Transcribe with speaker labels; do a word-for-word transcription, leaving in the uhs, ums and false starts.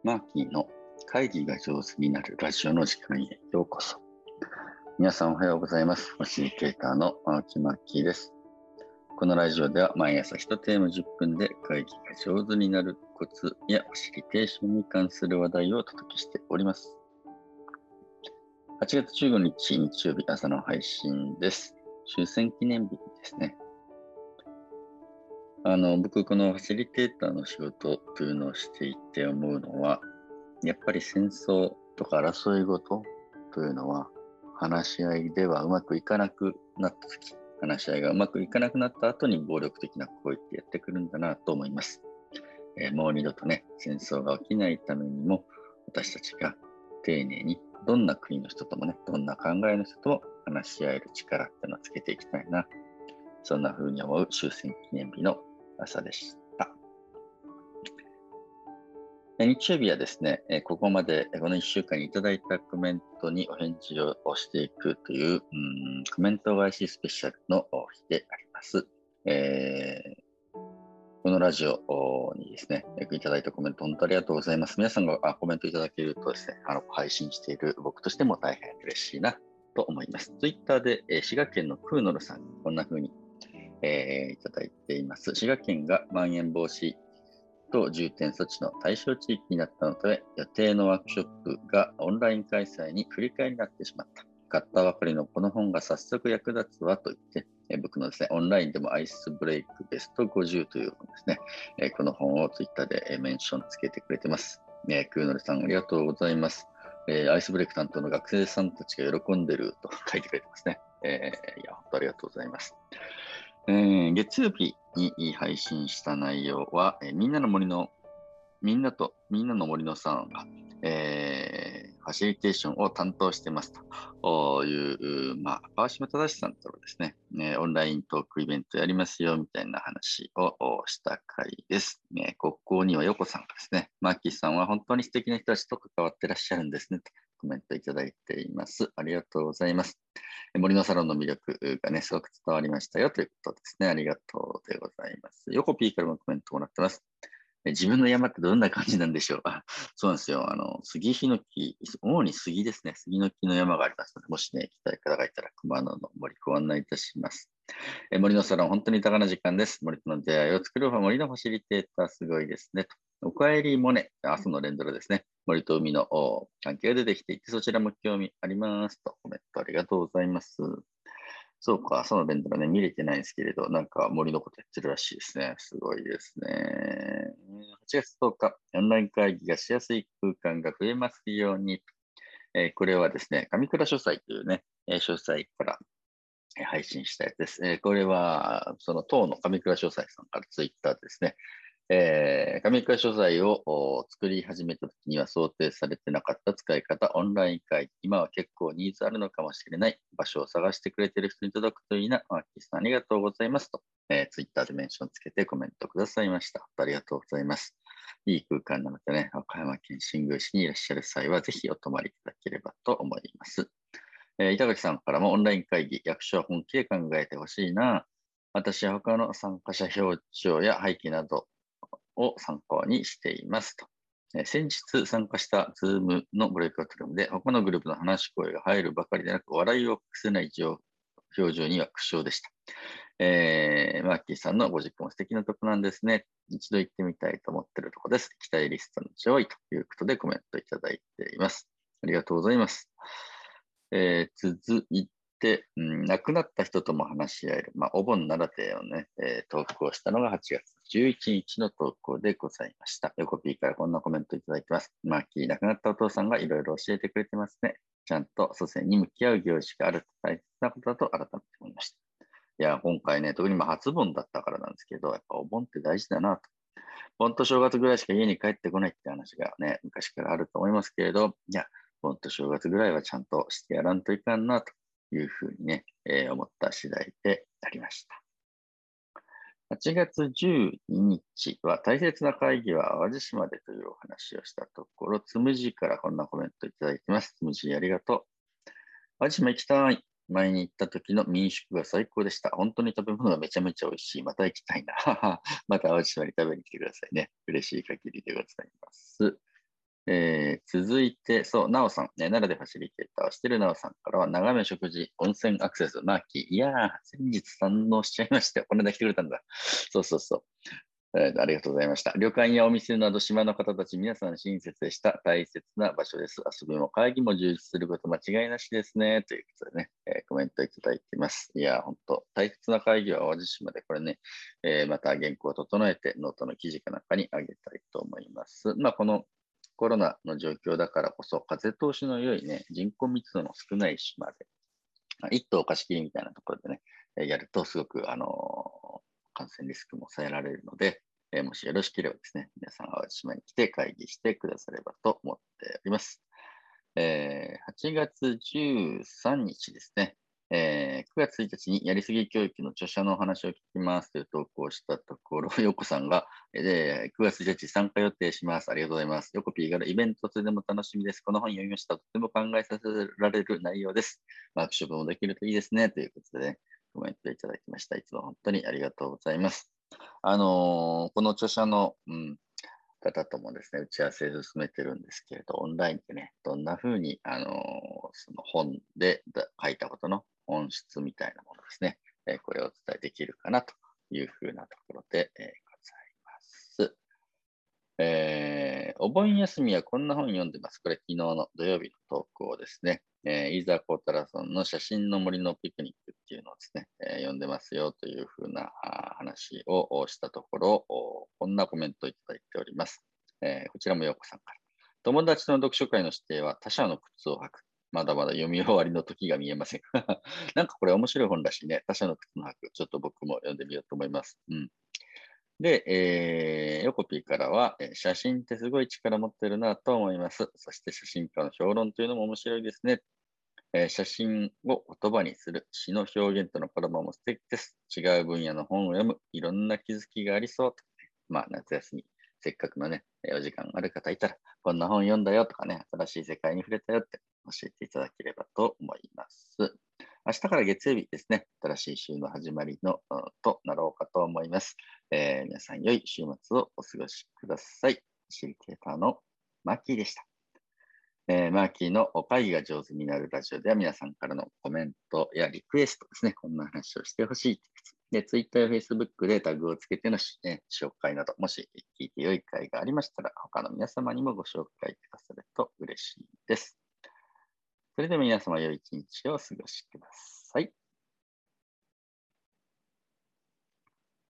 Speaker 1: マーキーの会議が上手になるラジオの時間へようこそ。皆さんおはようございます。ファシリテーターの青木マーキーです。このラジオでは毎朝いちテーマじゅっぷんで会議が上手になるコツやファシリテーションに関する話題をお届けしております。はちがつじゅうごにち日曜日朝の配信です。終戦記念日ですね。あの、僕、このファシリテーターの仕事というのをしていて思うのは、やっぱり戦争とか争い事というのは、話し合いではうまくいかなくなったとき、話し合いがうまくいかなくなった後に暴力的な行為ってやってくるんだなと思います。えー、もう二度とね、戦争が起きないためにも、私たちが丁寧にどんな国の人ともね、どんな考えの人とも話し合える力っていうのをつけていきたいな。そんな風に思う終戦記念日の朝でした。日曜日はですね、ここまでこのいっしゅうかんにいただいたコメントにお返事をしていくという、うん、コメント返しスペシャルの日であります。えー、このラジオにですね、いただいたコメント本当ありがとうございます。皆さんがコメントいただけるとですね、あの配信している僕としても大変嬉しいなと思います。ツイッターで滋賀県のクーノルさん、こんな風に、えー、いただいています。滋賀県がまん延防止と重点措置の対象地域になったので、予定のワークショップがオンライン開催に振り替えになってしまった。買ったばかりのこの本が早速役立つわと言って、え僕のですね、オンラインでもアイスブレイクベストごじゅうという本ですね、えこの本をツイッターでメンションつけてくれてます。えー、クーノルさんありがとうございます。えー、アイスブレイク担当の学生さんたちが喜んでると書いてくれてますね。えー、いや、本当ありがとうございます。えー、月曜日に配信した内容は、えー、みんなの森のみんなと、みんなの森のさんが、えー、ファシリテーションを担当してますという、まあ、川島正さんとですね、ね、オンライントークイベントやりますよ、みたいな話をした回です。ね、ここには横さんがですね、マーキーさんは本当に素敵な人たちと関わってらっしゃるんですね、とコメントいただいています。ありがとうございます。森のサロンの魅力がね、すごく伝わりましたよということですね。ありがとうでございます。横 P からもコメントをもらってます。自分の山ってどんな感じなんでしょう。あ、そうなんですよ。あの、杉ヒノキ、主に杉ですね。杉の木の山がありますので、もしね、行きたい方がいたら熊野の森ご案内いたします。え森のサロン、本当に豊かな時間です。森との出会いを作る森のファシリテーター、すごいですね。おかえりモネ、明日の連ドラですね。森と海の関係が出てきていて、そちらも興味ありますとコメントありがとうございます。そうか、その連ドラね、見れてないんですけれど、なんか森のことやってるらしいですね。すごいですね。はちがつとおか、オンライン会議がしやすい空間が増えますように。えー、これはですね、上倉書斎というね、えー、書斎から配信したやつです。えー、これは、その当の上倉書斎さんからツイッターでですね、えー、上倉書斎を作り始めた時には想定されてなかった使い方、オンライン会議、今は結構ニーズあるのかもしれない場所を探してくれてる人に届くといいな。マーキーさんありがとうございますと、えー、ツイッターでメンションつけてコメントくださいました。ありがとうございます。いい空間なのでね、和歌山県新宮市にいらっしゃる際はぜひお泊まりいただければと思います。えー、板垣さんからもオンライン会議、役所は本気で考えてほしいな。私は他の参加者表彰や背景などを参考にしていますと。えー、先日参加した Zoom のブレイクアウトルームで他のグループの話し声が入るばかりでなく笑いを隠せない表情には苦笑でした。えー、マーキーさんのご実家も素敵なとこなんですね。一度行ってみたいと思っているところです。行きたいリストの上位ということでコメントいただいています。ありがとうございます。えー、続いて、うん、亡くなった人とも話し合える、まあ、お盆ならでのね、えー、投稿したのがはちがつじゅういちにちの投稿でございました。横 P からこんなコメントいただいてます。マーキー、亡くなったお父さんがいろいろ教えてくれてますね。ちゃんと祖先に向き合う行事があると大切なことだと改めて思いました。いや、今回ね、特にまあ初盆だったからなんですけど、やっぱお盆って大事だなと。盆と正月ぐらいしか家に帰ってこないって話がね、昔からあると思いますけれど、いや、盆と正月ぐらいはちゃんとしてやらんといかんなというふうにね、えー、思った次第でありました。はちがつじゅうににちは大切な会議は淡路島でというお話をしたところ、つむじからこんなコメントいただいてます。つむじありがとう。淡路島行きたい。前に行った時の民宿が最高でした。本当に食べ物がめちゃめちゃ美味しい。また行きたいな。また淡路島に食べに来てくださいね。嬉しい限りでございます。 えー続いて、そう、なおさん、ね、奈良でファシリテーターをしているなおさんからは、眺め食事、温泉アクセス、マーキー。いやー、先日堪能しちゃいましたよ。この間来てくれたんだ。そうそうそう。えーありがとうございました。旅館やお店など島の方たち、皆さん親切でした。大切な場所です。遊びも会議も充実すること間違いなしですね。ということでね、えーコメントいただいています。いやー、本当大切な会議は淡路島でこれね、えーまた原稿を整えてノートの記事かなんかにあげたいと思います。まあ、このコロナの状況だからこそ、風通しの良いね、人口密度の少ない島で、まあ一棟貸し切りみたいなところでね、えーやるとすごく、あのー感染リスクも抑えられるので、えーもしよろしければですね、皆さん、淡路島に来て会議してくださればと思っております。えーはちがつじゅうさんにちですね、えーくがつついたちにやりすぎ教育の著者のお話を聞きますという投稿をしたところ、ヨコさんが、えーくがつついたち参加予定します。ありがとうございます。ヨコピーがイベントとても楽しみです。この本読みました。とても考えさせられる内容です。ワークショップもできるといいですね。ということでね、コメントいただきました。いつも本当にありがとうございます。あのーこの著者の、うん、方ともですね、打ち合わせを進めてるんですけれど、オンラインでね、どんな風に、あのーその本で書いたことの本質みたいなものですね、えーこれをお伝えできるかなという風なところで、えーございます。えーお盆休みはこんな本読んでます。これ昨日の土曜日の投稿ですね。えー、飯沢幸太郎さんの写真の森のピクニックっていうのをですね、えー読んでますよというふうなあ話をしたところ、おこんなコメントをいただいております。えーこちらもようこさんから。友達の読書会の指定は他者の靴を履く。まだまだ読み終わりの時が見えません。なんかこれ面白い本らしいね。他者の靴の履く。ちょっと僕も読んでみようと思います。うん。で、えー、ヨコピーからは、えー写真ってすごい力持ってるなと思います。そして写真家の評論というのも面白いですね。えー写真を言葉にする詩の表現とのコラボも素敵です。違う分野の本を読む、いろんな気づきがありそうと。まあ、夏休み、せっかくのね、えーお時間がある方いたら、こんな本読んだよとかね、新しい世界に触れたよって教えていただければと思います。明日から月曜日ですね、新しい週の始まりの、うんとなろうかと思います。えー皆さん良い週末をお過ごしください。ファシリテーターのマッキーでした。えーマーキーの会議が上手になるラジオでは皆さんからのコメントやリクエストですね、こんな話をしてほしい。で、Twitter や Facebook でタグをつけてのし、えー紹介など、もし聞いて良い回がありましたら、他の皆様にもご紹介くださると嬉しいです。それでは皆様良い一日をお過ごしください。